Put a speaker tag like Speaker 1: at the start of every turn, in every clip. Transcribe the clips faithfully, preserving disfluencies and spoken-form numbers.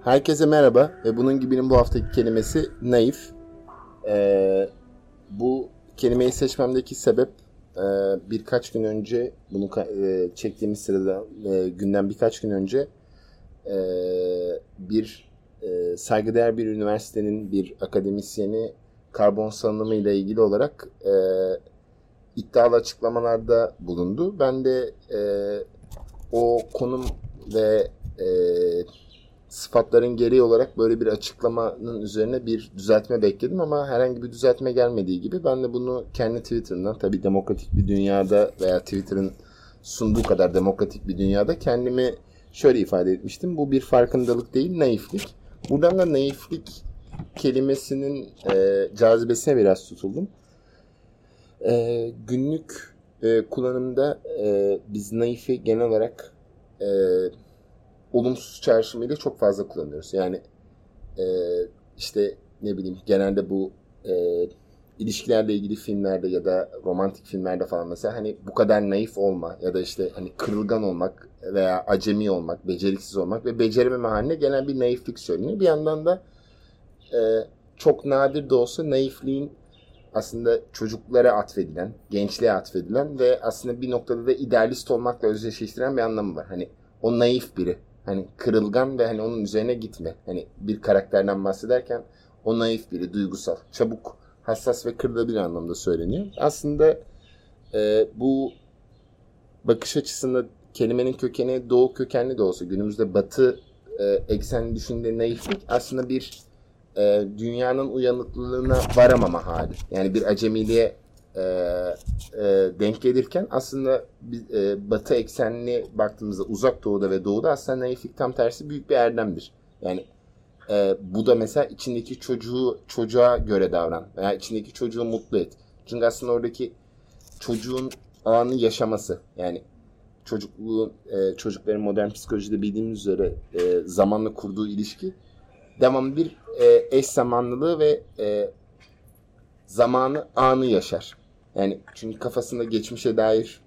Speaker 1: Herkese merhaba ve bunun gibinin bu haftaki kelimesi naif. Ee, bu kelimeyi seçmemdeki sebep e, birkaç gün önce bunu e, çektiğimiz sırada e, günden birkaç gün önce e, bir e, saygıdeğer bir üniversitenin bir akademisyeni karbon salınımı ile ilgili olarak e, iddialı açıklamalarda bulundu. Ben de e, o konum ve e, sıfatların gereği olarak böyle bir açıklamanın üzerine bir düzeltme bekledim ama herhangi bir düzeltme gelmediği gibi ben de bunu kendi Twitter'ımdan, tabii demokratik bir dünyada veya Twitter'ın sunduğu kadar demokratik bir dünyada kendimi şöyle ifade etmiştim. Bu bir farkındalık değil, naiflik. Buradan da naiflik kelimesinin e, cazibesine biraz tutuldum. E, günlük e, kullanımda e, biz naifi genel olarak e, olumsuz çağrışımıyla çok fazla kullanıyoruz. Yani e, işte ne bileyim genelde bu e, ilişkilerle ilgili filmlerde ya da romantik filmlerde falan mesela hani bu kadar naif olma ya da işte hani kırılgan olmak veya acemi olmak, beceriksiz olmak ve becerememe haline gelen bir naiflik söyleniyor. Bir yandan da e, çok nadir de olsa naifliğin aslında çocuklara atfedilen, gençliğe atfedilen ve aslında bir noktada da idealist olmakla özdeşleştiren bir anlamı var. Hani o naif biri. Hani kırılgan ve hani onun üzerine gitme. Hani bir karakterden bahsederken o naif biri, duygusal, çabuk, hassas ve kırılabilir anlamda söyleniyor. Aslında e, bu bakış açısında kelimenin kökeni doğu kökenli de olsa günümüzde batı e, eksenli düşündüğü naiflik aslında bir e, dünyanın uyanıklılığına varamama hali. Yani bir acemiliğe e, e, denk gelirken aslında biz, e, batı eksenli baktığımızda uzak doğuda ve doğuda aslında naiflik tam tersi büyük bir erdemdir. Yani e, bu da mesela içindeki çocuğu çocuğa göre davran veya içindeki çocuğu mutlu et. Çünkü aslında oradaki çocuğun anı yaşaması, yani çocukluğun e, çocukların modern psikolojide bildiğimiz üzere e, zamanla kurduğu ilişki devamlı bir e, eş zamanlılığı ve e, zamanı, anı yaşar. Yani çünkü kafasında geçmişe dair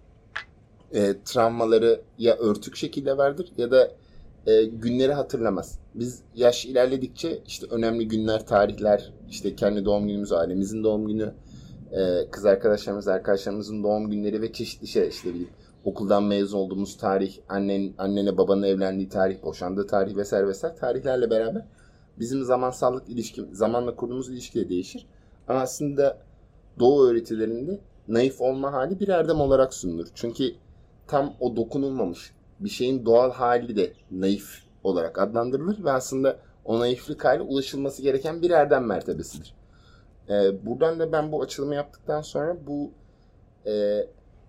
Speaker 1: e, travmaları ya örtük şekilde vardır ya da e, günleri hatırlamaz. Biz yaş ilerledikçe işte önemli günler, tarihler, işte kendi doğum günümüz, ailemizin doğum günü, e, kız arkadaşlarımız, arkadaşlarımızın doğum günleri ve çeşitli şey işte bileyim. Okuldan mezun olduğumuz tarih, annen, annene babanın evlendiği tarih, boşandığı tarih vesaire vesaire tarihlerle beraber bizim zamansallık ilişki, zamanla kurduğumuz ilişki de değişir. Ama aslında Doğu öğretilerinde naif olma hali bir erdem olarak sunulur. Çünkü tam o dokunulmamış bir şeyin doğal hali de naif olarak adlandırılır ve aslında o naiflik hali ulaşılması gereken bir erdem mertebesidir. Ee, buradan da ben bu açılımı yaptıktan sonra bu e,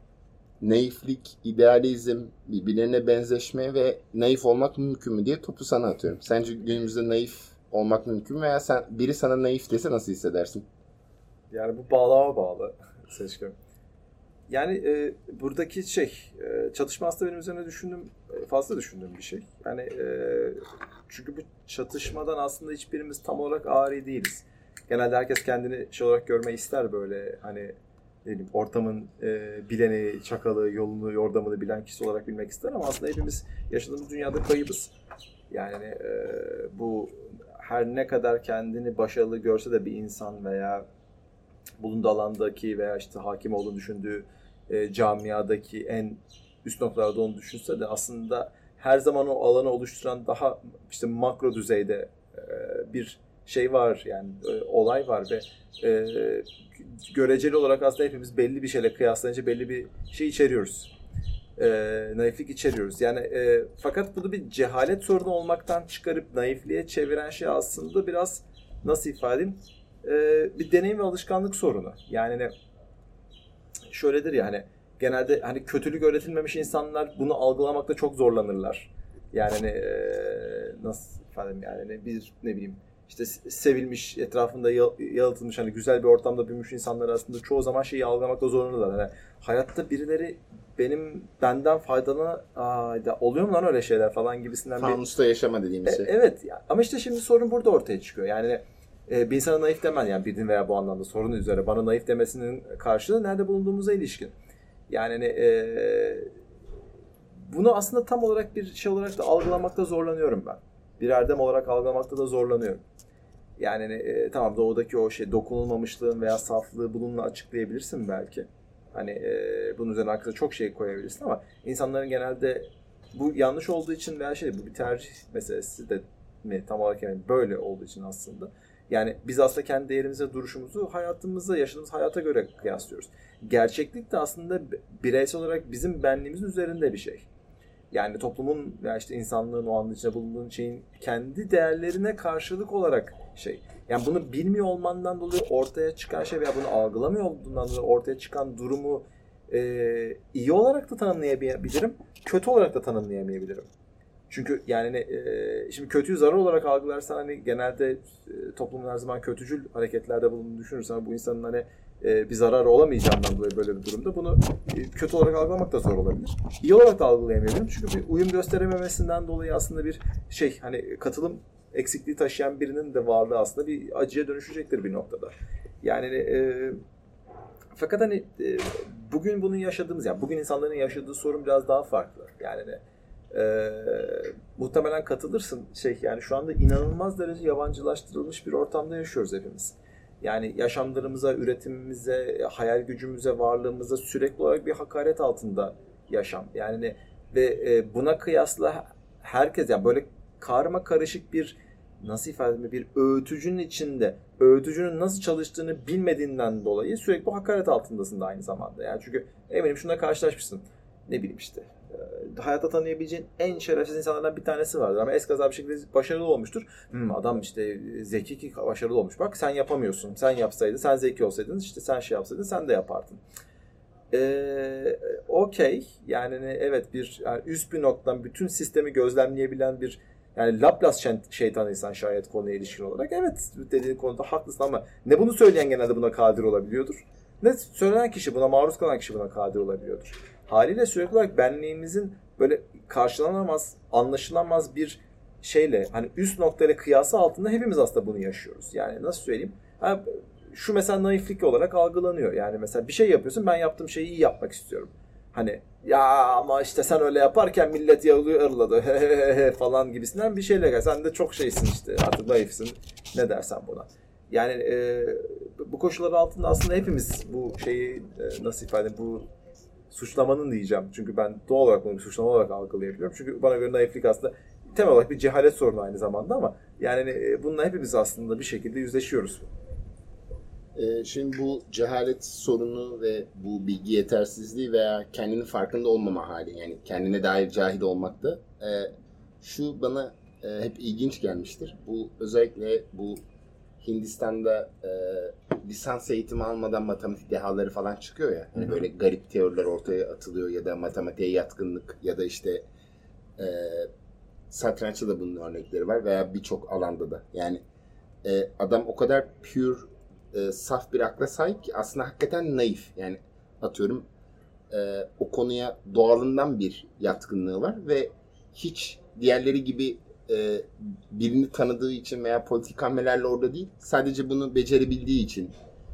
Speaker 1: naiflik, idealizm, birbirlerine benzeşme ve naif olmak mümkün mü diye topu sana atıyorum. Sence günümüzde naif olmak mümkün mü veya sen, biri sana naif dese nasıl hissedersin?
Speaker 2: Yani bu bağlama bağlı seçkim. Yani e, buradaki şey, e, çatışma aslında benim üzerine düşündüğüm, fazla düşündüğüm bir şey. Yani e, çünkü bu çatışmadan aslında hiçbirimiz tam olarak ari değiliz. Genelde herkes kendini şey olarak görmeyi ister böyle hani ne bileyim ortamın e, bileni, çakalı, yolunu, yordamını bilen kişi olarak bilmek ister ama aslında hepimiz yaşadığımız dünyada kayıbız. Yani e, bu her ne kadar kendini başarılı görse de bir insan veya bulunduğu alandaki veya işte hakim olduğunu düşündüğü e, camiadaki en üst noktalarda onu düşünse de aslında her zaman o alanı oluşturan daha işte makro düzeyde e, bir şey var yani e, olay var ve e, göreceli olarak aslında hepimiz belli bir şeyle kıyaslayınca belli bir şey içeriyoruz. E, naiflik içeriyoruz. Yani e, fakat bunu bir cehalet sorunu olmaktan çıkarıp naifliğe çeviren şey aslında biraz nasıl ifade edeyim? Ee, bir deneyim ve alışkanlık sorunu. Yani ne, şöyledir ya hani genelde hani kötülük öğretilmemiş insanlar bunu algılamakta çok zorlanırlar. Yani ne, e, nasıl ifade edeyim yani ne, bir ne bileyim işte sevilmiş, etrafında yalıtılmış hani güzel bir ortamda büyümüş insanlar aslında çoğu zaman şeyi algılamakta zorlanırlar. Hani hayatta birileri benim benden faydalana aa, oluyor mu lan öyle şeyler falan gibisinden bir
Speaker 1: fanusta yaşama dediğimiz şey.
Speaker 2: E, evet ama işte şimdi sorun burada ortaya çıkıyor. Yani bir insana naif demen yani bir din veya bu anlamda sorun üzere bana naif demesinin karşılığı nerede bulunduğumuza ilişkin. Yani e, bunu aslında tam olarak bir şey olarak da algılamakta zorlanıyorum ben. bir erdem olarak algılamakta da zorlanıyorum. Yani e, tamam doğudaki o şey dokunulmamışlığın veya saflığı bununla açıklayabilirsin belki. Hani e, bunun üzerine hakkında çok şey koyabilirsin ama insanların genelde bu yanlış olduğu için veya şey bu bir tercih meselesi de mi tam olarak yani böyle olduğu için aslında. Yani biz aslında kendi değerimize, duruşumuzu hayatımızda, yaşadığımız hayata göre kıyaslıyoruz. Gerçeklik de aslında bireysel olarak bizim benliğimizin üzerinde bir şey. Yani toplumun veya işte insanlığın o anda içinde bulunduğun şeyin kendi değerlerine karşılık olarak şey. Yani bunu bilmiyor olmandan dolayı ortaya çıkan şey veya bunu algılamıyor olduğundan dolayı ortaya çıkan durumu e, iyi olarak da tanımlayabilirim, kötü olarak da tanımlayamayabilirim. Çünkü yani e, şimdi kötüyü zarar olarak algılarsan hani genelde e, toplumun her zaman kötücül hareketlerde bulunduğunu düşünürsen bu insanın hani e, bir zararı olamayacağından dolayı böyle bir durumda bunu e, kötü olarak algılamak da zor olabilir. İyi olarak da algılayamayabilirim. Çünkü bir uyum gösterememesinden dolayı aslında bir şey hani katılım eksikliği taşıyan birinin de varlığı aslında bir acıya dönüşecektir bir noktada. Yani e, fakat hani e, bugün bunun yaşadığımız yani bugün insanların yaşadığı sorun biraz daha farklı. Yani ne Ee, muhtemelen katılırsın şey yani şu anda inanılmaz derece yabancılaştırılmış bir ortamda yaşıyoruz hepimiz. Yani yaşamlarımıza, üretimimize, hayal gücümüze, varlığımıza sürekli olarak bir hakaret altında yaşam. Yani ne, ve e, buna kıyasla herkes yani böyle karma karışık bir nasıl ifade edeyim bir öğütücünün içinde öğütücünün nasıl çalıştığını bilmediğinden dolayı sürekli bu hakaret altındasın da aynı zamanda. Yani çünkü eminim şuna karşılaşmışsın. Ne bileyim işte hayatta tanıyabileceğin en şerefsiz insanlardan bir tanesi vardır ama eskaza bir şekilde başarılı olmuştur. Hmm, adam işte zeki ki başarılı olmuş. Bak sen yapamıyorsun. Sen yapsaydın, sen zeki olsaydın işte sen şey yapsaydın sen de yapardın. Ee, Okey. Yani evet bir yani üst bir noktadan bütün sistemi gözlemleyebilen bir yani Laplace şeytanıysan şayet konuya ilişkin olarak evet dediğin konuda haklısın ama ne bunu söyleyen genelde buna kadir olabiliyordur. Ne söylenen kişi buna maruz kalan kişi buna kadir olabiliyordur. Haliyle sürekli olarak benliğimizin böyle karşılanamaz, anlaşılamaz bir şeyle hani üst noktayla kıyası altında hepimiz aslında bunu yaşıyoruz. Yani nasıl söyleyeyim? Ha, şu mesela naiflik olarak algılanıyor. Yani mesela bir şey yapıyorsun ben yaptığım şeyi iyi yapmak istiyorum. Hani ya ama işte sen öyle yaparken millet yağlıyor ırladı falan gibisinden bir şeyle gel. Sen de çok şeysin işte artık naifsin ne dersen buna. Yani e, bu koşullar altında aslında hepimiz bu şeyi e, nasıl ifade edeyim bu suçlamanın diyeceğim. Çünkü ben doğal olarak bunu bir suçlama olarak algılayabiliyorum. Çünkü bana göre naiflik aslında temel olarak bir cehalet sorunu aynı zamanda ama yani bununla hepimiz aslında bir şekilde yüzleşiyoruz.
Speaker 1: Ee, şimdi bu cehalet sorunu ve bu bilgi yetersizliği veya kendinin farkında olmama hali yani kendine dair cahil olmakta e, şu bana e, hep ilginç gelmiştir. Bu özellikle bu Hindistan'da e, lisans eğitimi almadan matematik dehaları falan çıkıyor ya. Hani böyle garip teoriler ortaya atılıyor ya da matematiğe yatkınlık ya da işte e, satrançta da bunun örnekleri var veya birçok alanda da. Yani e, adam o kadar pure, e, saf bir akla sahip ki aslında hakikaten naif. Yani atıyorum e, o konuya doğalından bir yatkınlığı var ve hiç diğerleri gibi e, birini tanıdığı için veya politik hamlelerle orada değil, sadece bunu becerebildiği için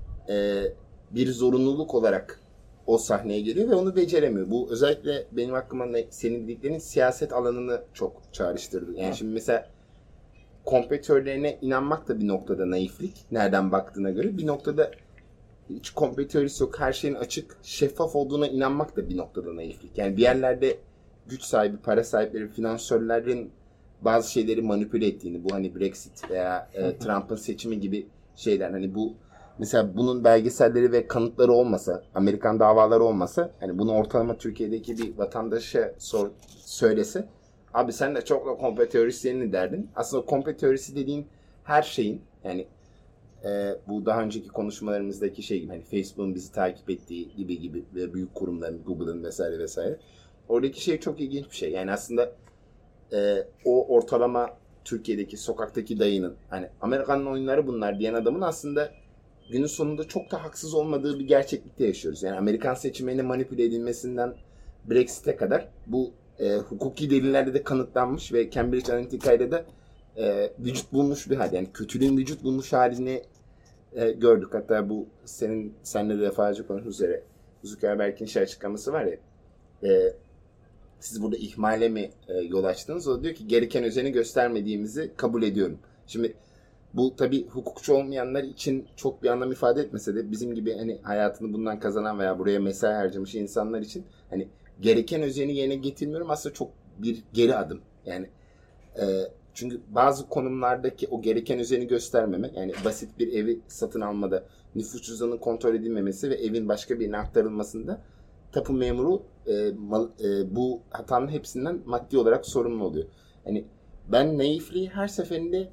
Speaker 1: e, bir zorunluluk olarak o sahneye geliyor ve onu beceremiyor. Bu özellikle benim aklıma senin dediklerinin siyaset alanını çok çağrıştırdı. Yani şimdi mesela kompetörlerine inanmak da bir noktada naiflik. Nereden baktığına göre. Bir noktada hiç kompetörist yok. Her şeyin açık, şeffaf olduğuna inanmak da bir noktada naiflik. Yani bir yerlerde güç sahibi, para sahipleri, finansörlerin bazı şeyleri manipüle ettiğini, bu hani Brexit veya e, Trump'ın seçimi gibi şeyler, hani bu mesela bunun belgeselleri ve kanıtları olmasa, Amerikan davaları olmasa, hani bunu ortalama Türkiye'deki bir vatandaşa sor, söylese, abi sen de çok da komplo teorisyenini derdin. Aslında komplo teorisi dediğin her şeyin, yani e, bu daha önceki konuşmalarımızdaki şey gibi, hani Facebook'un bizi takip ettiği gibi gibi ve büyük kurumların, Google'ın vesaire vesaire. Oradaki şey çok ilginç bir şey. Yani aslında e, o ortalama Türkiye'deki sokaktaki dayının, hani Amerikan'ın oyunları bunlar diyen adamın aslında günün sonunda çok da haksız olmadığı bir gerçeklikte yaşıyoruz. Yani Amerikan seçmenine manipüle edilmesinden Brexit'e kadar bu e, hukuki delillerde de kanıtlanmış ve Cambridge Analytica'yla da e, vücut bulmuş bir hal. Yani kötülüğün vücut bulmuş halini e, gördük. Hatta bu senin seninle de defalarca konuştuğumuz üzere Zuckerberg'in şey açıklaması var ya, e, siz burada ihmale mi e, yol açtınız? O diyor ki gereken özeni göstermediğimizi kabul ediyorum. Şimdi bu tabii hukukçu olmayanlar için çok bir anlam ifade etmese de bizim gibi hani hayatını bundan kazanan veya buraya mesai harcamış insanlar için hani gereken özeni yerine getirmiyorum aslında çok bir geri adım. Yani e, çünkü bazı konumlardaki o gereken özeni göstermeme, yani basit bir evi satın almada nüfus cüzdanının kontrol edilmemesi ve evin başka birine aktarılmasında tapu memuru e, mal, e, bu hatanın hepsinden maddi olarak sorumlu oluyor. Yani ben naifliği her seferinde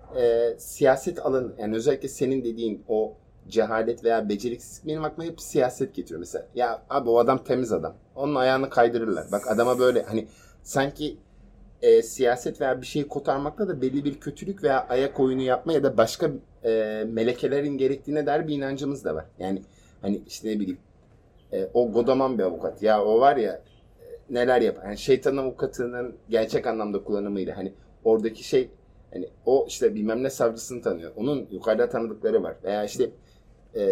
Speaker 1: e, siyaset alanı, yani özellikle senin dediğin o cehalet veya beceriksizlik benim aklıma hep siyaset getiriyor mesela. Ya abi o adam temiz adam. Onun ayağını kaydırırlar. Bak adama böyle hani sanki e, siyaset veya bir şeyi kotarmakta da belli bir kötülük veya ayak oyunu yapma ya da başka e, melekelerin gerektiğine dair bir inancımız da var. Yani hani işte ne bileyim e, o godaman bir avukat. Ya o var ya e, neler yapar. Yani şeytan avukatının gerçek anlamda kullanımıyla hani oradaki şey hani o işte bilmem ne savcısını tanıyor. Onun yukarıda tanıdıkları var. Veya işte e,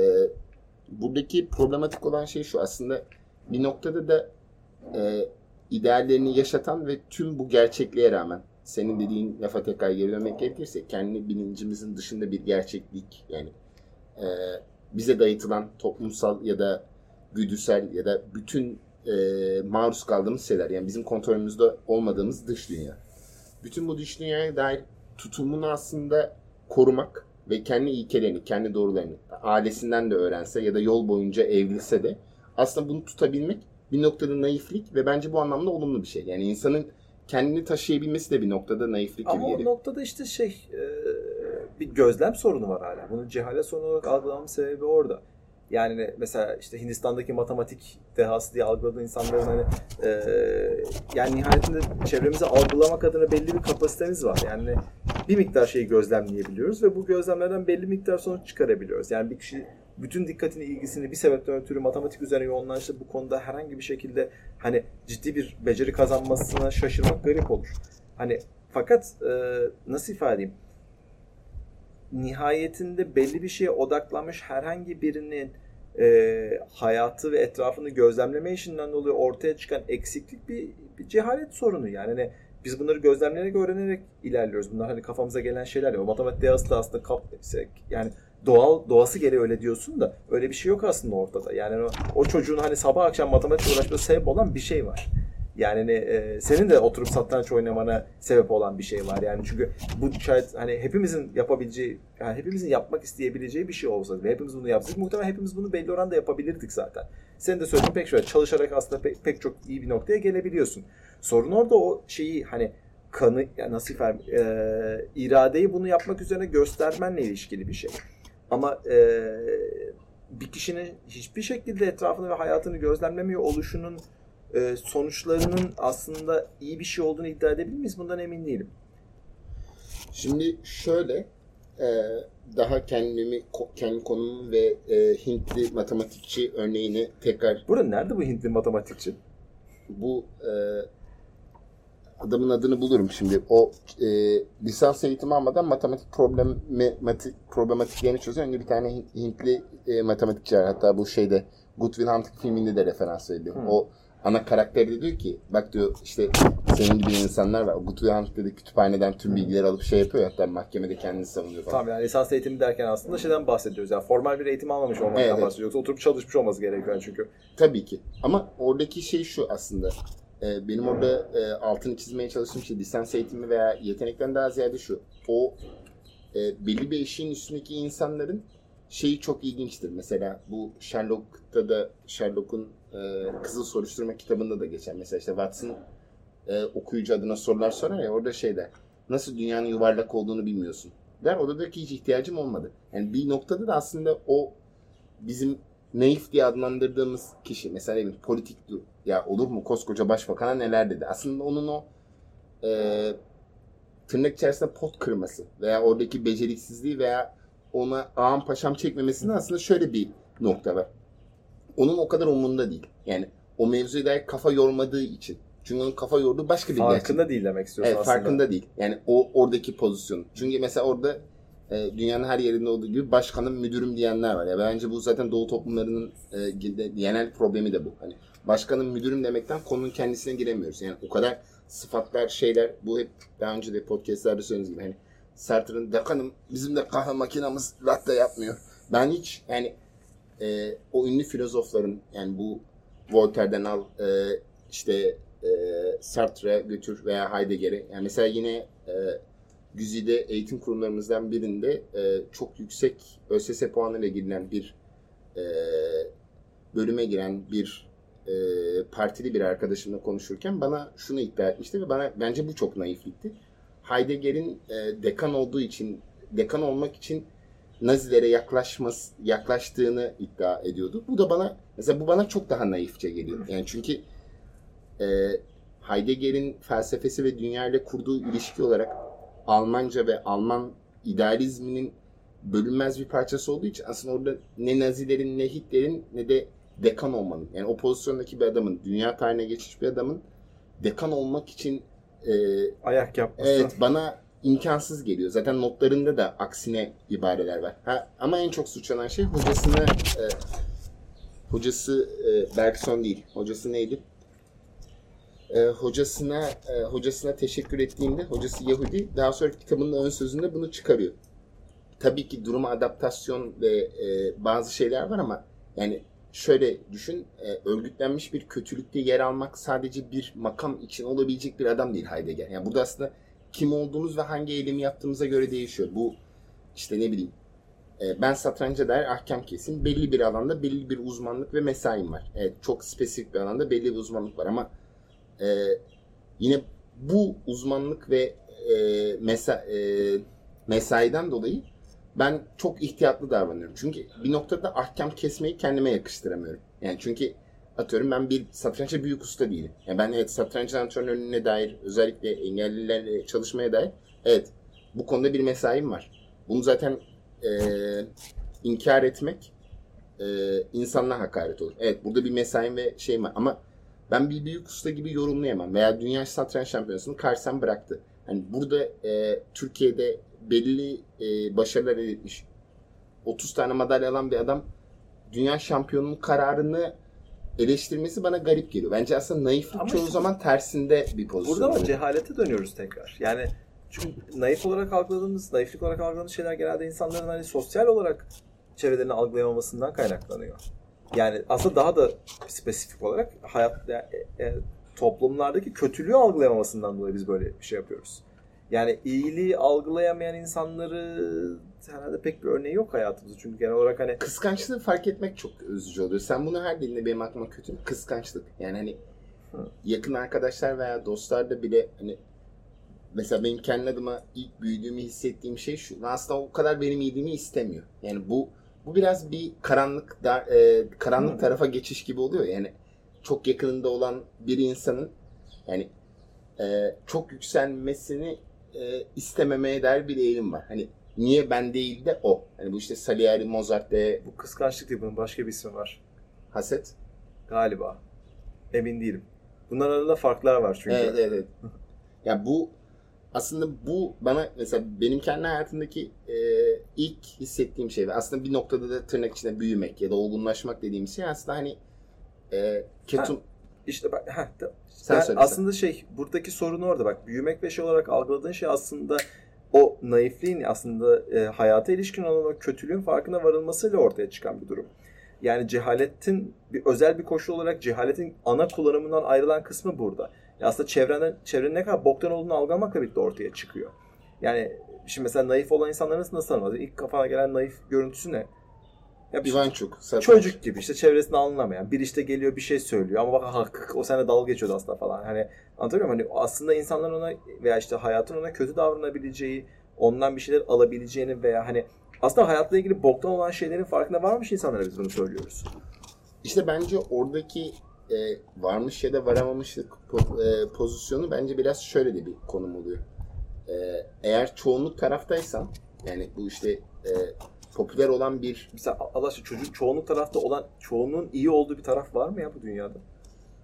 Speaker 1: buradaki problematik olan şey şu aslında bir noktada da e, ideallerini yaşatan ve tüm bu gerçekliğe rağmen senin dediğin lafa tekrar geri dönmek gerekirse kendi bilincimizin dışında bir gerçeklik yani e, bize dayatılan toplumsal ya da güdüsel ya da bütün e, maruz kaldığımız şeyler yani bizim kontrolümüzde olmadığımız dış dünya. Bütün bu dış dünyaya dair tutumunu aslında korumak ve kendi ilkelerini, kendi doğrularını ailesinden de öğrense ya da yol boyunca evrilse de aslında bunu tutabilmek bir noktada naiflik ve bence bu anlamda olumlu bir şey. Yani insanın kendini taşıyabilmesi de bir noktada naiflik gibi
Speaker 2: geliyor. Ama o noktada işte şey e, bir gözlem sorunu var hala. Bunun cehalet sorunu olarak algılamamın sebebi orada. Yani mesela işte Hindistan'daki matematik dehası diye algıladığı insanların hani e, yani nihayetinde çevremizi algılamak adına belli bir kapasitemiz var. Yani bir miktar şeyi gözlemleyebiliyoruz ve bu gözlemlerden belli miktar sonuç çıkarabiliyoruz. Yani bir kişi bütün dikkatini, ilgisini bir sebepten ötürü matematik üzerine yoğunlaştı bu konuda herhangi bir şekilde hani ciddi bir beceri kazanmasına şaşırmak garip olur. Hani fakat e, nasıl ifade edeyim? Nihayetinde belli bir şeye odaklanmış herhangi birinin e, hayatı ve etrafını gözlemleme işinden dolayı ortaya çıkan eksiklik bir, bir cehalet sorunu. Yani hani biz bunları gözlemleyerek, öğrenerek ilerliyoruz. Bunlar hani kafamıza gelen şeyler ya. O matematik dehası da aslında kap, yani doğal doğası gereği öyle diyorsun da öyle bir şey yok aslında ortada. Yani o, o çocuğun hani sabah akşam matematik uğraşması sebep olan bir şey var. Yani e, senin de oturup satranç oynamana sebep olan bir şey var. Yani çünkü bu şayet hani hepimizin yapabileceği, yani hepimizin yapmak isteyebileceği bir şey olsa ve hepimiz bunu yapsak muhtemelen hepimiz bunu belli oranda yapabilirdik zaten. Senin de söylediğin pek şöyle çalışarak aslında pek, pek çok iyi bir noktaya gelebiliyorsun. Sorun orada o şeyi hani kanı yani nasıl ifade e, iradeyi bunu yapmak üzerine göstermenle ilişkili bir şey. Ama e, bir kişinin hiçbir şekilde etrafını ve hayatını gözlemlemiyor oluşunun e, sonuçlarının aslında iyi bir şey olduğunu iddia edebilir miyiz? Bundan emin değilim.
Speaker 1: Şimdi şöyle e, daha kendimi kendi konumu ve e, Hintli matematikçi örneğini tekrar...
Speaker 2: Burada nerede bu Hintli matematikçi?
Speaker 1: Bu e, adamın adını bulurum şimdi. O e, lisans eğitimi almadan matematik problematik problematiklerini çözen bir tane Hintli e, matematikçi var. Hatta bu şeyde Good Will Hunting filminde de referans veriliyor. Hmm. O ana karakteri de diyor ki bak diyor işte senin gibi insanlar var. Good Will Hunting'de de kütüphaneden tüm bilgileri alıp şey yapıyor. Hatta mahkemede kendini savunuyor falan.
Speaker 2: Tamam yani lisans eğitimi derken aslında şeyden bahsediyoruz. Yani formal bir eğitim almamış olmaktan evet, bahsediyoruz. Yoksa oturup çalışmış olması gerekiyor çünkü.
Speaker 1: Tabii ki. Ama oradaki şey şu aslında. Ee, benim orada e, altını çizmeye çalıştığım şey lisans eğitimi veya yetenekten daha ziyade şu. O e, belli bir eşiğin üstündeki insanların şeyi çok ilginçtir. Mesela bu Sherlock'ta da Sherlock'un e, Kızıl Soruşturma kitabında da geçer. Mesela işte Watson e, okuyucu adına sorular sorar ya orada şey der. Nasıl dünyanın yuvarlak olduğunu bilmiyorsun der. Odadaki hiç ihtiyacım olmadı. Yani bir noktada da aslında o bizim naif diye adlandırdığımız kişi mesela bir politik ya olur mu koskoca başbakana neler dedi. Aslında onun o e, tırnak içerisinde pot kırması veya oradaki beceriksizliği veya ona ağam paşam çekmemesinin aslında şöyle bir nokta var. Onun o kadar umurunda değil. Yani o mevzuya dair kafa yormadığı için. Çünkü onun kafa yorduğu başka bir
Speaker 2: farkında gerçek. Değil demek istiyorsun
Speaker 1: evet,
Speaker 2: aslında.
Speaker 1: Farkında değil. Yani o oradaki pozisyon. Çünkü mesela orada e, dünyanın her yerinde olduğu gibi başkanım, müdürüm diyenler var. Ya bence bu zaten Doğu toplumlarının e, genel problemi de bu. Hani başkanım, müdürüm demekten konunun kendisine giremiyoruz. Yani o kadar sıfatlar, şeyler, bu hep daha önce de podcastlerde söylediğiniz gibi hani Sartre'ın dekanım, bizim de kahve makinamız latte yapmıyor. Ben hiç yani e, o ünlü filozofların, yani bu Voltaire'den al, e, işte e, Sartre'ye götür veya Heidegger'e. Yani mesela yine e, Güzide eğitim kurumlarımızdan birinde e, çok yüksek ÖSS puanıyla girilen bir e, bölüme giren bir e, partili bir arkadaşımla konuşurken bana şunu iddia etmişti ve bana bence bu çok naiflikti. Heidegger'in e, dekan olduğu için, dekan olmak için Nazilere yaklaşması, yaklaştığını iddia ediyordu. Bu da bana, mesela bu bana çok daha naifçe geliyor. Yani çünkü e, Heidegger'in felsefesi ve dünya ile kurduğu ilişki olarak Almanca ve Alman idealizminin bölünmez bir parçası olduğu için aslında orada ne Nazilerin, ne Hitler'in, ne de dekan olmanın, yani o pozisyondaki bir adamın, dünya tarihine geçmiş bir adamın dekan olmak için e,
Speaker 2: ayak yapması.
Speaker 1: Evet, bana imkansız geliyor. Zaten notlarında da aksine ibareler var. Ha, ama en çok suçlanan şey hocasını e, hocası e, Bergson değil. Hocası neydi? E, hocasına e, hocasına teşekkür ettiğinde, hocası Yahudi, daha sonraki kitabının ön sözünde bunu çıkarıyor. Tabii ki duruma adaptasyon ve e, bazı şeyler var ama yani şöyle düşün, e, örgütlenmiş bir kötülükte yer almak sadece bir makam için olabilecek bir adam değil Heidegger. Yani burada aslında kim olduğumuz ve hangi eylemi yaptığımıza göre değişiyor. Bu işte ne bileyim, e, ben satranca dair ahkam kesim, belli bir alanda belli bir uzmanlık ve mesaim var. Evet, çok spesifik bir alanda belli bir uzmanlık var ama e, yine bu uzmanlık ve e, mesa, e, mesaiden dolayı ben çok ihtiyatlı davranıyorum. Çünkü bir noktada ahkam kesmeyi kendime yakıştıramıyorum. Yani çünkü atıyorum ben bir satrançta büyük usta değilim. Yani ben evet satranç antrenörlüğüne dair, özellikle engellilerle çalışmaya dair, evet bu konuda bir mesaim var. Bunu zaten e, inkar etmek e, insanlığa hakaret olur. Evet, burada bir mesaim ve şeyim var ama ben bir büyük usta gibi yorumlayamam. Veya Dünya Satranç Şampiyonası'nı Carlsen bıraktı. Hani burada e, Türkiye'de belli e, başarılar elde etmiş, otuz tane madalya alan bir adam dünya şampiyonunun kararını eleştirmesi bana garip geliyor. Bence aslında naiflik ama çoğu işte zaman tersinde bir pozisyon.
Speaker 2: Burada ama cehalete dönüyoruz tekrar. Yani çünkü naif olarak algıladığımız, naiflik olarak algıladığımız şeyler genelde insanların hani sosyal olarak çevrelerini algılayamamasından kaynaklanıyor. Yani aslında daha da spesifik olarak hayat, yani, e, toplumlardaki kötülüğü algılayamamasından dolayı biz böyle bir şey yapıyoruz. Yani iyiliği algılayamayan insanları herhalde pek bir örneği yok hayatımızda. Çünkü genel olarak hani
Speaker 1: kıskançlığı fark etmek çok üzücü oluyor. Sen bunu her dilinde benim aklıma kötü bir kıskançlık. Yani hani Hı. yakın arkadaşlar veya dostlarda bile hani mesela benim kendi adıma ilk büyüdüğümü hissettiğim şey şu. Aslında o kadar benim iyiliğimi istemiyor. Yani bu bu biraz bir karanlık da, e, karanlık Hı. tarafa geçiş gibi oluyor. Yani çok yakınında olan bir insanın yani e, çok yükselmesini e, istememeye dair bir eğilim var. Hani niye ben değil de o. Hani bu işte Salieri, Mozart de...
Speaker 2: Bu kıskançlık değil, bunun başka bir ismi var.
Speaker 1: Haset?
Speaker 2: Galiba. Emin değilim. Bunların arasında farklar var çünkü.
Speaker 1: Evet, evet. Ya bu aslında bu bana mesela benim kendi hayatımdaki e, ilk hissettiğim şey ve aslında bir noktada da tırnak içinde büyümek ya da olgunlaşmak dediğim şey aslında hani e, ketum...
Speaker 2: İşte bak, heh, sen yani aslında şey, buradaki sorun orada bak, büyümek ve şey olarak algıladığın şey aslında o naifliğin aslında e, hayata ilişkin olan o kötülüğün farkına varılmasıyla ortaya çıkan bir durum. Yani cehaletin bir özel bir koşul olarak cehaletin ana kullanımından ayrılan kısmı burada. Ya aslında çevrenden, çevrenin ne kadar boktan olduğunu algılamakla birlikte ortaya çıkıyor. Yani şimdi mesela naif olan insanları nasıl nasıl tanımaz? İlk kafana gelen naif görüntüsü ne?
Speaker 1: Ya İvançuk.
Speaker 2: Çocuk gibi işte, çevresini anlamayan. Bir işte geliyor bir şey söylüyor ama bak hak, o sene dalga geçiyordu aslında falan. Hani anlatabiliyor muyum? Hani aslında insanların ona veya işte hayatın ona kötü davranabileceği, ondan bir şeyler alabileceğini veya hani aslında hayatla ilgili boktan olan şeylerin farkında varmış insanlara biz bunu söylüyoruz.
Speaker 1: İşte bence oradaki e, varmış ya da varamamışlık po- e, pozisyonu bence biraz şöyle de bir konum oluyor. E, eğer çoğunluk taraftaysan, yani bu işte e, popüler olan bir...
Speaker 2: Mesela Allah aşkına çocuk çoğunluk tarafta olan, çoğunun iyi olduğu bir taraf var mı ya bu dünyada?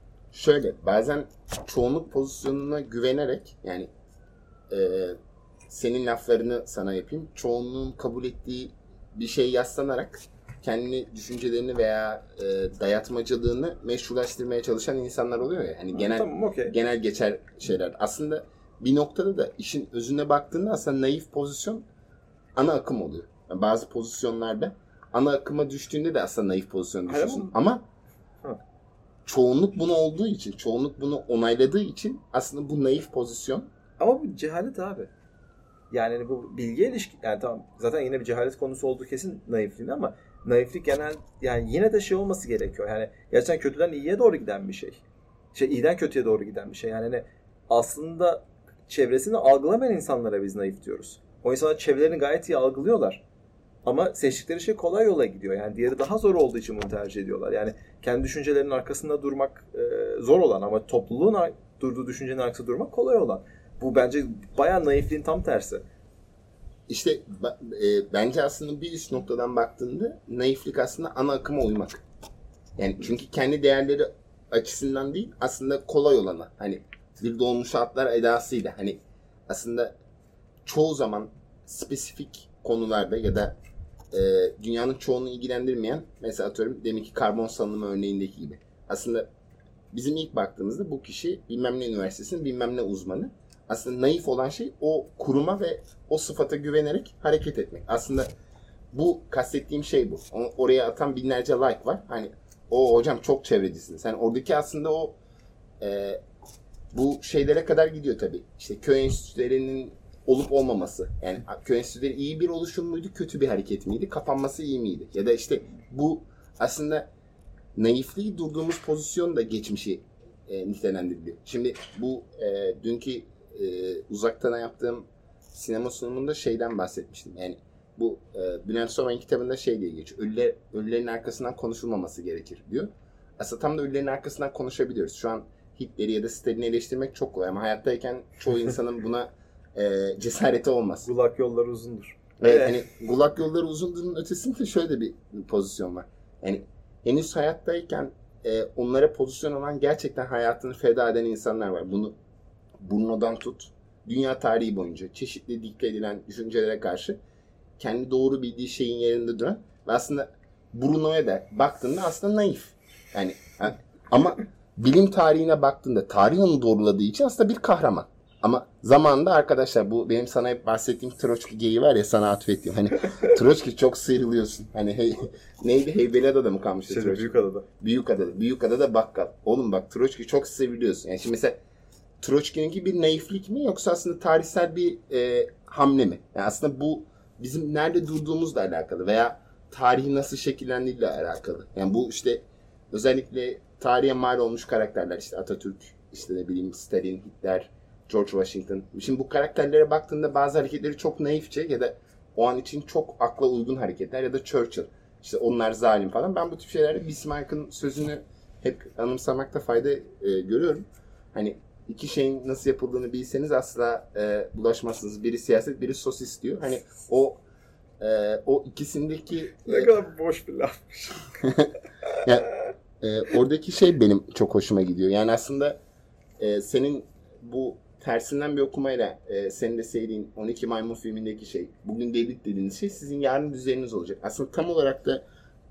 Speaker 1: Şöyle, bazen çoğunluk pozisyonuna güvenerek yani e, senin laflarını sana yapayım. Çoğunluğun kabul ettiği bir şey yaslanarak kendi düşüncelerini veya e, dayatmacılığını meşrulaştırmaya çalışan insanlar oluyor ya. Hani genel
Speaker 2: tamam, okay.
Speaker 1: genel geçer şeyler. Aslında bir noktada da işin özüne baktığında aslında naif pozisyon ana akım oluyor. Yani bazı pozisyonlarda ana akıma düştüğünde de aslında naif pozisyon düşüyorsun. Ama
Speaker 2: ha.
Speaker 1: çoğunluk bunu olduğu için, çoğunluk bunu onayladığı için aslında bu naif pozisyon.
Speaker 2: Ama bu cehalet abi. Yani hani bu bilgiye ilişkin, yani tamam zaten yine bir cehalet konusu olduğu kesin naifliğin, ama naiflik genel, yani yine de şey olması gerekiyor. Yani gerçekten kötüden iyiye doğru giden bir şey. Şey iyiden kötüye doğru giden bir şey. Yani hani aslında çevresini algılamayan insanlara biz naif diyoruz. O insanlar çevrelerini gayet iyi algılıyorlar. Ama seçtikleri şey kolay yola gidiyor. Yani diğeri daha zor olduğu için bunu tercih ediyorlar. Yani kendi düşüncelerinin arkasında durmak e, zor olan ama topluluğun ar- durduğu düşüncenin arkasında durmak kolay olan. Bu bence bayağı naifliğin tam tersi.
Speaker 1: İşte e, bence aslında bir üst noktadan baktığında naiflik aslında ana akıma uymak. Yani çünkü kendi değerleri açısından değil, aslında kolay olana. Hani bir dolmuş atlar edasıyla. Hani aslında çoğu zaman spesifik konularda ya da e, dünyanın çoğunu ilgilendirmeyen, mesela atıyorum deminki karbon salınımı örneğindeki gibi. Aslında bizim ilk baktığımızda bu kişi bilmem ne üniversitesinin bilmem ne uzmanı. Aslında naif olan şey o kuruma ve o sıfata güvenerek hareket etmek. Aslında bu kastettiğim şey bu. Oraya atan binlerce like var. Hani o hocam çok çevrecisiniz. Yani oradaki aslında o e, bu şeylere kadar gidiyor tabii. İşte köy enstitülerinin olup olmaması. Yani köy enstitüleri iyi bir oluşum muydu, kötü bir hareket miydi? Kapanması iyi miydi? Ya da işte bu aslında naifliği durduğumuz pozisyon da geçmişi e, nitelendiriliyor. Şimdi bu e, dünkü e, uzaktan yaptığım sinema sunumunda şeyden bahsetmiştim. Yani bu e, Bülent Soğan kitabında şey diye geçiyor. Ölüler, ölülerin arkasından konuşulmaması gerekir diyor. Aslında tam da ölülerin arkasından konuşabiliyoruz. Şu an Hitler'i ya da Stalin'i eleştirmek çok kolay ama hayattayken çoğu insanın buna e, cesareti olmaz.
Speaker 2: Gulag yolları uzundur.
Speaker 1: Evet, hani Gulag yolları uzunduğunun ötesinde şöyle bir pozisyon var. Yani henüz hayattayken e, onlara pozisyon olan, gerçekten hayatını feda eden insanlar var. Bunu Bruno'dan tut, dünya tarihi boyunca çeşitli dikkat edilen düşüncelere karşı kendi doğru bildiği şeyin yerinde duran ve aslında Bruno'ya da baktığında aslında naif. Yani ama bilim tarihine baktığında tarih onu doğruladığı için aslında bir kahraman. Ama zamanında arkadaşlar, bu benim sana hep bahsettiğim Troçki geyiği var ya, sana atfettiğim. Hani Troçki çok sıyrılıyorsun. Hani hey, neydi, Heybeliada'da mı kalmıştı
Speaker 2: şey,
Speaker 1: Troçki?
Speaker 2: Büyükada'da.
Speaker 1: Büyükada'da. Büyükada'da bakkal. Oğlum bak, Troçki çok sıyrılıyorsun. Yani şimdi mesela Troçki'ninki bir naiflik mi, yoksa aslında tarihsel bir e, hamle mi? Yani aslında bu bizim nerede durduğumuzla alakalı veya tarihi nasıl şekillendiğiyle alakalı. Yani bu işte özellikle tarihe mal olmuş karakterler, işte Atatürk, işte ne bileyim Stalin, Hitler, George Washington. Şimdi bu karakterlere baktığında bazı hareketleri çok naifçe ya da o an için çok akla uygun hareketler, ya da Churchill. İşte onlar zalim falan. Ben bu tip şeylerde Bismarck'ın sözünü hep anımsamakta fayda e, görüyorum. Hani iki şeyin nasıl yapıldığını bilseniz asla e, bulaşmazsınız. Biri siyaset, biri sosis diyor. Hani o e, o ikisindeki
Speaker 2: ne
Speaker 1: e,
Speaker 2: kadar boş bir lafmış.
Speaker 1: yani, e, oradaki şey benim çok hoşuma gidiyor. Yani aslında e, senin bu tersinden bir okumayla e, senin de sevdiğin on iki Maymun filmindeki şey, bugün David dediğiniz şey sizin yarın üzeriniz olacak. Aslında tam olarak da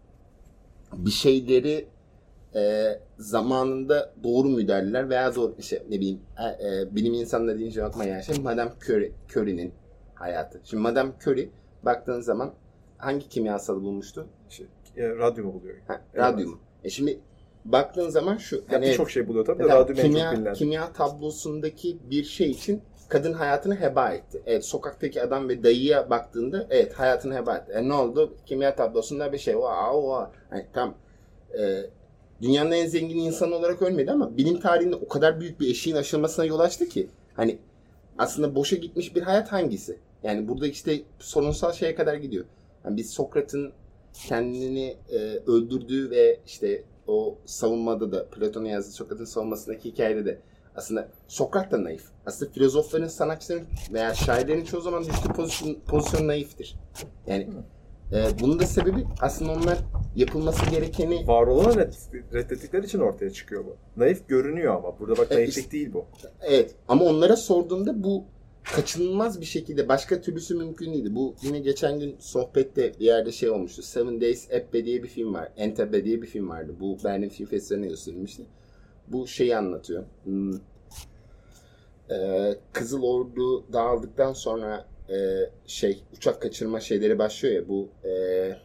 Speaker 1: bir şeyleri e, zamanında doğru mu derler veya doğru, işte ne bileyim e, e, bilim insanları deyince aklıma gelen şey Madame Curie, Curie'nin hayatı. Şimdi Madame Curie baktığın zaman hangi kimyasalı bulmuştu?
Speaker 2: Şey, e, radyumu buluyor.
Speaker 1: Ha, radyumu. E şimdi baktığın zaman şu.
Speaker 2: Yani birçok şey buluyor tabii de
Speaker 1: yani
Speaker 2: radyum en
Speaker 1: kimya,
Speaker 2: çok bilinen.
Speaker 1: Kimya tablosundaki bir şey için kadın hayatını heba etti. Evet, sokaktaki adam ve dayıya baktığında evet hayatını heba etti. E ne oldu? Kimya tablosunda bir şey. Wow, wow. Yani tam e, dünyanın en zengin insanı olarak ölmedi ama bilim tarihinde o kadar büyük bir eşiğin aşılmasına yol açtı ki hani aslında boşa gitmiş bir hayat hangisi? Yani burada işte sorunsal şeye kadar gidiyor. Yani biz Sokrat'ın kendini e, öldürdüğü ve işte o savunmada da Platon'un yazdığı Sokrat'ın savunmasındaki hikayede de aslında Sokrat da naif. Aslında filozofların, sanatçıların veya şairlerin çoğu zaman düştüğü pozisyon, pozisyon naiftir. Yani e, bunun da sebebi aslında onlar yapılması gerekeni...
Speaker 2: Var olan red, reddettikleri için ortaya çıkıyor bu. Naif görünüyor ama. Burada bak
Speaker 1: e,
Speaker 2: naiflik
Speaker 1: işte,
Speaker 2: değil bu.
Speaker 1: Evet ama onlara sorduğunda bu kaçınılmaz bir şekilde başka türlüsü mümkün değildi. Bu yine geçen gün sohbette bir yerde şey olmuştu. Seven Days Ebbe diye bir film var. Entebbe diye bir film vardı. Bu Berlin Film Festivali'ne gösterilmişti. Bu şeyi anlatıyor. Hmm. Ee, Kızıl Ordu dağıldıktan sonra e, şey uçak kaçırma şeyleri başlıyor ya bu e,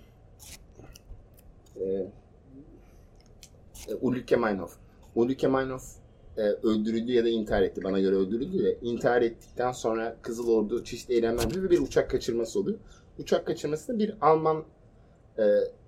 Speaker 1: e, Ulrike Meinhof. Ulrike Meinhof e, öldürüldü ya da intihar etti. Bana göre öldürüldü de intihar ettikten sonra Kızıl Ordu çeşitli eylemler yapıyor ve bir uçak kaçırması oluyor. Uçak kaçırmasında bir Alman e,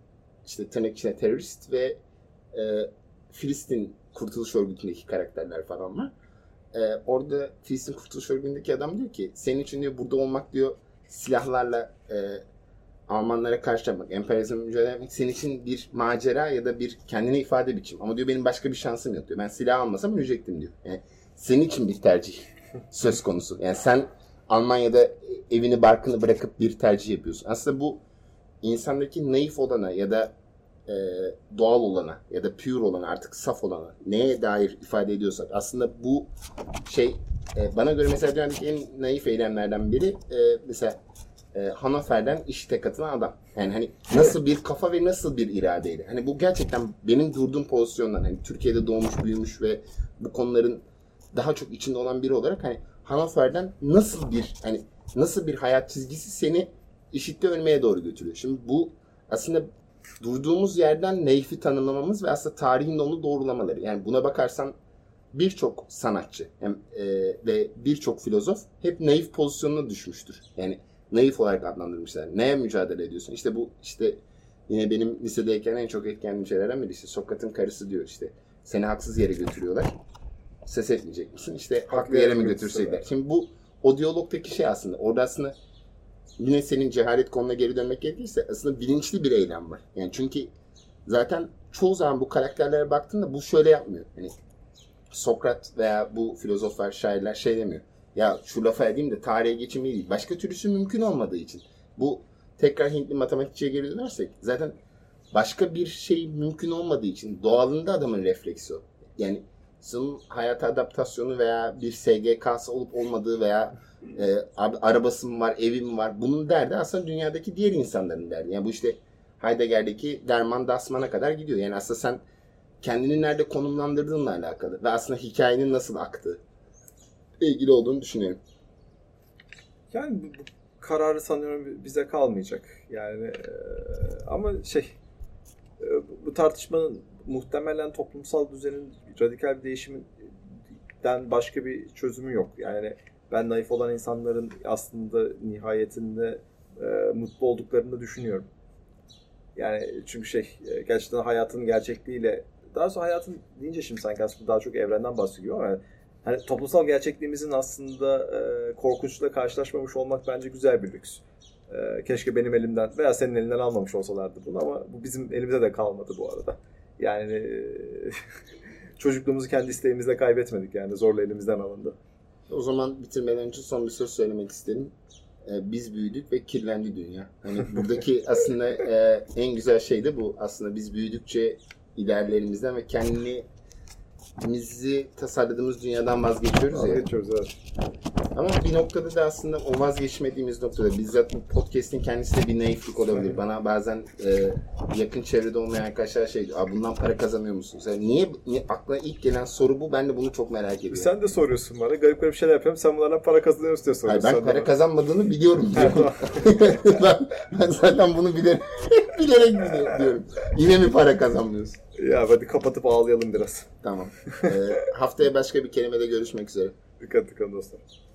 Speaker 1: işte tırnak içinde terörist ve e, Filistin Kurtuluş Örgütü'ndeki karakterler falan var. Ee, orada Filistin Kurtuluş Örgütü'ndeki adam diyor ki senin için diyor burada olmak diyor silahlarla e, Almanlara karşı yapmak, emperyalizmle mücadele etmek senin için bir macera ya da bir kendine ifade biçim. Ama diyor benim başka bir şansım yok diyor. Ben silah almasam ölecektim diyor. Yani senin için bir tercih söz konusu. Yani sen Almanya'da evini barkını bırakıp bir tercih yapıyorsun. Aslında bu insandaki naif olana ya da e, doğal olana ya da pure olana artık saf olana neye dair ifade ediyorsak aslında bu şey e, bana göre mesela dünyadaki en naif eylemlerden biri e, mesela e, Hannover'den IŞİD'e katılan adam. Yani hani nasıl bir kafa ve nasıl bir iradeyle. Hani bu gerçekten benim durduğum pozisyondan hani Türkiye'de doğmuş büyümüş ve bu konuların daha çok içinde olan biri olarak hani Hannover'den nasıl bir hani nasıl bir hayat çizgisi seni IŞİD'de ölmeye doğru götürüyor. Şimdi bu aslında durduğumuz yerden naifi tanımlamamız ve aslında tarihin de onu doğrulamaları. Yani buna bakarsan birçok sanatçı hem, e, ve birçok filozof hep naif pozisyonuna düşmüştür. Yani naif olarak adlandırmışlar. Neye mücadele ediyorsun? İşte bu işte yine benim lisedeyken en çok etkilendiğim şeylerden biri işte Sokrat'ın karısı diyor işte seni haksız yere götürüyorlar. Ses etmeyecek misin? İşte haklı yere mi götürseydiler? Şimdi bu o diyalogdaki şey aslında. Orada aslında yine senin cehalet konuna geri dönmek gerekirse aslında bilinçli bir eylem var. Yani çünkü zaten çoğu zaman bu karakterlere baktığında bu şöyle yapmıyor. Hani Sokrat veya bu filozoflar, şairler şey demiyor. Ya şu lafa edeyim de tarihe geçeyim değil. Başka türlüsü mümkün olmadığı için. Bu tekrar Hintli matematikçiye geri dönersek zaten başka bir şey mümkün olmadığı için doğalında adamın refleksi o. Yani senin hayata adaptasyonu veya bir S G K'sı olup olmadığı veya e, arabası mı var, evi mi var bunun derdi aslında dünyadaki diğer insanların derdi. Yani bu işte Heidegger'deki Derman Dasman'a kadar gidiyor. Yani aslında sen kendini nerede konumlandırdığınla alakalı ve aslında hikayenin nasıl aktığı ilgili olduğunu düşünüyorum.
Speaker 2: Yani bu, bu kararı sanıyorum bize kalmayacak. Yani e, ama şey e, bu tartışmanın muhtemelen toplumsal düzenin radikal bir değişiminden başka bir çözümü yok. Yani ben naif olan insanların aslında nihayetinde e, mutlu olduklarını düşünüyorum. Yani çünkü şey gerçekten hayatın gerçekliğiyle daha sonra hayatın deyince şimdi sanki aslında daha çok evrenden bahsediyor ama hani toplumsal gerçekliğimizin aslında e, korkunçla karşılaşmamış olmak bence güzel bir lüks. E, keşke benim elimden veya senin elinden almamış olsalardı bunu ama bu bizim elimizde de kalmadı bu arada. Yani e, çocukluğumuzu kendi isteğimizle kaybetmedik yani zorla elimizden alındı.
Speaker 1: O zaman bitirmeden önce son bir söz söylemek isterim. Ee, biz büyüdük ve kirlendi dünya. Hani buradaki aslında e, en güzel şey de bu. Aslında biz büyüdükçe ideallerimizden ve kendimizi tasarladığımız dünyadan vazgeçiyoruz ya.
Speaker 2: Vazgeçiyoruz evet.
Speaker 1: Ama bir noktada da aslında o vazgeçmediğimiz noktada bizzat bu podcast'in kendisi de bir naiflik olabilir. Bana bazen e, yakın çevrede olmayan arkadaşlar şey diyor. Bundan para kazanıyor musunuz? Yani niye, niye aklına ilk gelen soru bu? Ben de bunu çok merak ediyorum.
Speaker 2: Sen de soruyorsun bana. Garip garip şeyler yapıyorum. Sen bunlardan para kazanıyor musun diye soruyorsun.
Speaker 1: Hayır, ben para kazanmadığını biliyorum diyorum. ben, ben zaten bunu bilerek, bilerek diyorum. Yine mi para kazanmıyorsun?
Speaker 2: Ya hadi kapatıp ağlayalım biraz.
Speaker 1: Tamam. Ee, haftaya başka bir kelimede görüşmek üzere.
Speaker 2: Dikkat dikkat dostlar.